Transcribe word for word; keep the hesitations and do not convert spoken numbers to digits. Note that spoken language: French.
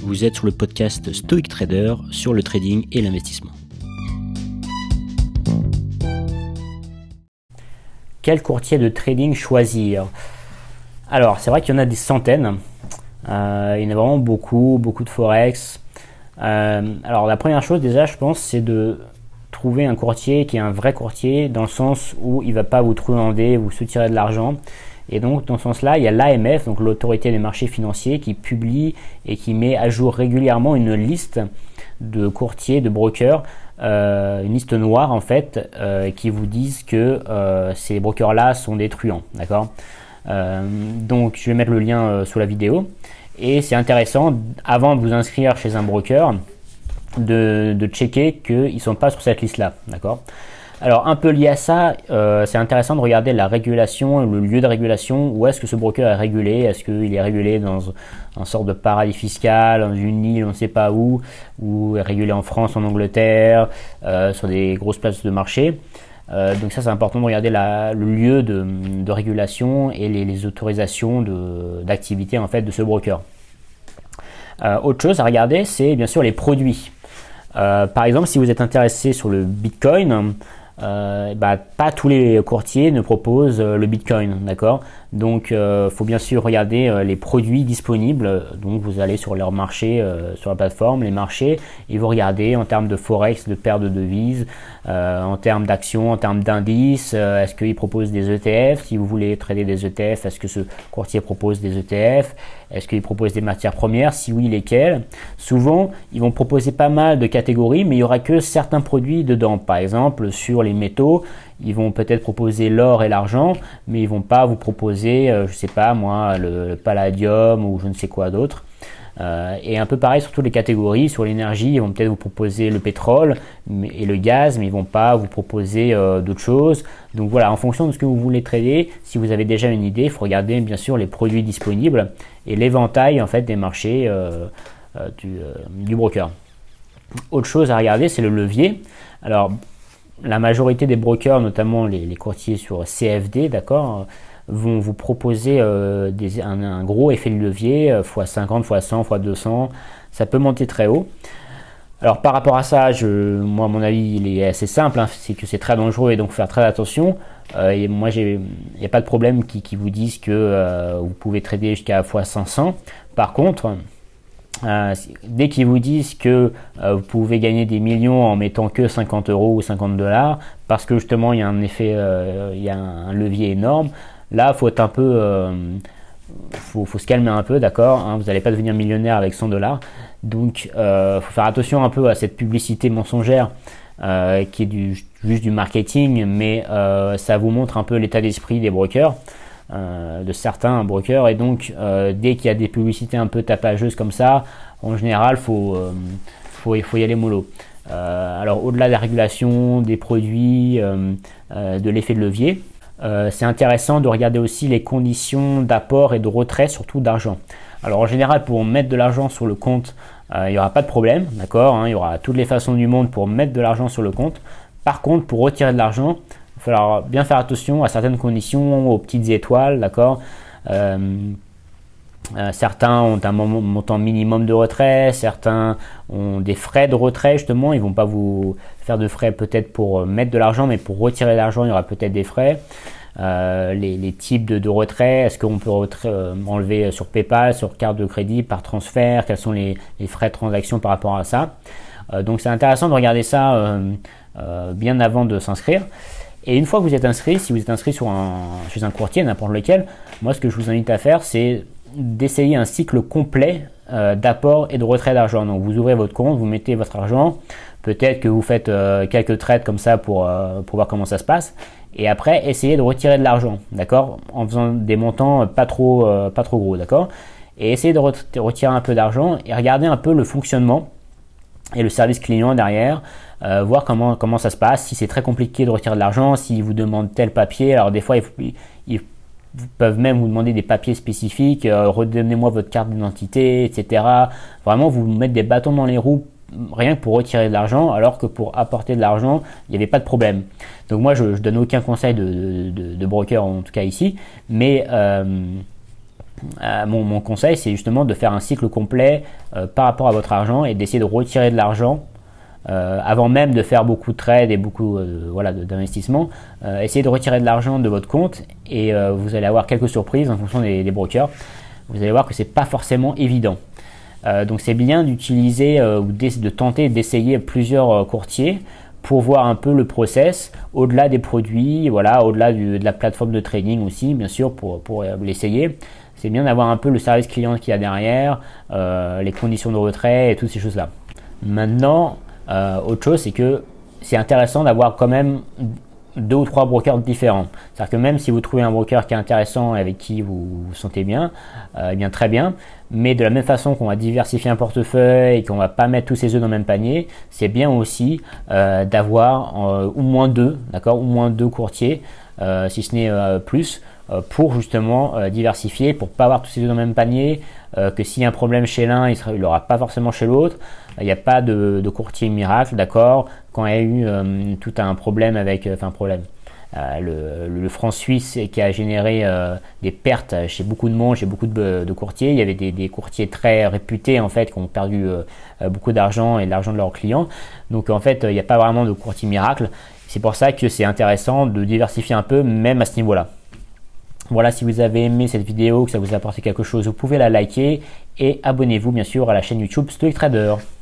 vous êtes sur le podcast Stoic Trader sur le trading et l'investissement. Quel courtier de trading choisir? Alors, c'est vrai qu'il y en a des centaines. Euh, il y en a vraiment beaucoup, beaucoup de forex. Euh, alors, la première chose déjà, je pense, c'est de trouver un courtier qui est un vrai courtier dans le sens où il ne va pas vous truander, vous soutirer de l'argent. Et donc, dans ce sens-là, il y a l'A M F, donc l'autorité des marchés financiers, qui publie et qui met à jour régulièrement une liste de courtiers, de brokers, euh, une liste noire en fait, euh, qui vous disent que euh, ces brokers-là sont des truands, d'accord. Euh, donc, je vais mettre le lien euh, sous la vidéo. Et c'est intéressant, avant de vous inscrire chez un broker, de, de checker qu'ils ne sont pas sur cette liste-là, d'accord. Alors, un peu lié à ça, euh, c'est intéressant de regarder la régulation, le lieu de régulation. Où est-ce que ce broker est régulé? Est-ce qu'il est régulé dans un sorte de paradis fiscal, dans une île, on ne sait pas où, ou est régulé en France, en Angleterre, euh, sur des grosses places de marché. Euh, donc ça, c'est important de regarder la, le lieu de, de régulation et les, les autorisations d'activité en fait de ce broker. Euh, autre chose à regarder, c'est bien sûr les produits. Euh, par exemple, si vous êtes intéressé sur le Bitcoin, euh, bah, pas tous les courtiers ne proposent euh, le Bitcoin, d'accord. Donc, il euh, faut bien sûr regarder euh, les produits disponibles. Donc, vous allez sur leur marché, euh, sur la plateforme, les marchés, et vous regardez en termes de forex, de paires de devises, euh, en termes d'actions, en termes d'indices. Euh, est-ce qu'ils proposent des E T F? Si vous voulez trader des E T F, est-ce que ce courtier propose des E T F? Est-ce qu'il propose des matières premières? Si oui, lesquelles? Souvent, ils vont proposer pas mal de catégories, mais il n'y aura que certains produits dedans. Par exemple, sur les métaux, ils vont peut-être proposer l'or et l'argent, mais ils vont pas vous proposer, euh, je sais pas moi, le, le palladium ou je ne sais quoi d'autre. Euh, et un peu pareil sur toutes les catégories. Sur l'énergie, ils vont peut-être vous proposer le pétrole mais, et le gaz, mais ils vont pas vous proposer euh, d'autres choses. Donc voilà, en fonction de ce que vous voulez trader, si vous avez déjà une idée, il faut regarder bien sûr les produits disponibles et l'éventail en fait des marchés euh, euh, du, euh, du broker. Autre chose à regarder, c'est le levier. Alors, la majorité des brokers, notamment les, les courtiers sur C F D, d'accord, vont vous proposer euh, des, un, un gros effet de levier, euh, fois cinquante, fois cent, fois deux cents, ça peut monter très haut. Alors par rapport à ça, je, moi mon avis il est assez simple, hein, c'est que c'est très dangereux et donc faire très attention. Euh, et moi il n'y a pas de problème qui, qui vous disent que euh, vous pouvez trader jusqu'à fois cinq cents. Par contre, Euh, dès qu'ils vous disent que euh, vous pouvez gagner des millions en mettant que cinquante euros ou cinquante dollars, parce que justement il y a un effet, euh, il y a un, un levier énorme, là faut être un peu, euh, faut, faut se calmer un peu, d'accord, hein, vous n'allez pas devenir millionnaire avec cent dollars, donc euh, faut faire attention un peu à cette publicité mensongère euh, qui est du, juste du marketing, mais euh, ça vous montre un peu l'état d'esprit des brokers. Euh, de certains brokers, et donc euh, dès qu'il y a des publicités un peu tapageuses comme ça, en général faut, euh, faut, faut y aller mollo. Euh, alors au-delà de la régulation des produits, euh, euh, de l'effet de levier, euh, c'est intéressant de regarder aussi les conditions d'apport et de retrait, surtout d'argent. Alors en général, pour mettre de l'argent sur le compte, euh, il n'y aura pas de problème, d'accord, hein, il y aura toutes les façons du monde pour mettre de l'argent sur le compte. Par contre, pour retirer de l'argent, il va falloir bien faire attention à certaines conditions, aux petites étoiles, d'accord. Euh, euh, certains ont un montant minimum de retrait, certains ont des frais de retrait justement. Ils vont pas vous faire de frais peut-être pour mettre de l'argent, mais pour retirer de l'argent, il y aura peut-être des frais. Euh, les, les types de, de retrait, est-ce qu'on peut retrait, euh, enlever sur PayPal, sur carte de crédit, par transfert, quels sont les, les frais de transaction par rapport à ça. Euh, donc c'est intéressant de regarder ça euh, euh, bien avant de s'inscrire. Et une fois que vous êtes inscrit, si vous êtes inscrit sur un, chez un courtier, n'importe lequel, moi ce que je vous invite à faire, c'est d'essayer un cycle complet euh, d'apport et de retrait d'argent. Donc vous ouvrez votre compte, vous mettez votre argent, peut-être que vous faites euh, quelques trades comme ça pour, euh, pour voir comment ça se passe. Et après, essayez de retirer de l'argent, d'accord, en faisant des montants pas trop, euh, pas trop gros, d'accord. Et essayez de retirer un peu d'argent et regardez un peu le fonctionnement et le service client derrière. Euh, voir comment, comment ça se passe, si c'est très compliqué de retirer de l'argent, s'ils vous demandent tel papier. Alors des fois, ils, ils peuvent même vous demander des papiers spécifiques, euh, redonnez-moi votre carte d'identité, et cetera. Vraiment, vous mettre des bâtons dans les roues rien que pour retirer de l'argent, alors que pour apporter de l'argent, il n'y avait pas de problème. Donc moi, je ne donne aucun conseil de, de, de, de broker, en tout cas ici, mais... Euh, euh, mon, mon conseil, c'est justement de faire un cycle complet euh, par rapport à votre argent et d'essayer de retirer de l'argent euh, avant même de faire beaucoup de trades et beaucoup euh, voilà, d'investissements. Euh, essayez de retirer de l'argent de votre compte et euh, vous allez avoir quelques surprises en fonction des, des brokers. Vous allez voir que c'est pas forcément évident. Euh, donc c'est bien d'utiliser euh, ou de tenter d'essayer plusieurs euh, courtiers pour voir un peu le process au-delà des produits, voilà, au-delà de la plateforme de trading aussi, bien sûr, pour, pour l'essayer. C'est bien d'avoir un peu le service client qu'il y a derrière, euh, les conditions de retrait et toutes ces choses-là. Maintenant, euh, autre chose, c'est que c'est intéressant d'avoir quand même deux ou trois brokers différents. C'est-à-dire que même si vous trouvez un broker qui est intéressant et avec qui vous vous sentez bien, euh, eh bien très bien, mais de la même façon qu'on va diversifier un portefeuille et qu'on va pas mettre tous ses œufs dans le même panier, c'est bien aussi euh, d'avoir euh, au moins deux, d'accord, au moins deux courtiers, euh, si ce n'est euh, plus, euh, pour justement euh, diversifier, pour pas avoir tous ses œufs dans le même panier, euh, que s'il y a un problème chez l'un, il ne l'aura pas forcément chez l'autre. Il n'y a pas de, de courtier miracle, d'accord. Quand il y a eu euh, tout un problème avec, enfin problème, euh, le, le franc suisse qui a généré euh, des pertes chez beaucoup de monde, chez beaucoup de, de courtiers. Il y avait des, des courtiers très réputés en fait qui ont perdu euh, beaucoup d'argent et de l'argent de leurs clients. Donc en fait, il n'y a pas vraiment de courtier miracle. C'est pour ça que c'est intéressant de diversifier un peu, même à ce niveau-là. Voilà, si vous avez aimé cette vidéo, que ça vous a apporté quelque chose, vous pouvez la liker et abonnez-vous bien sûr à la chaîne YouTube Stoic Trader.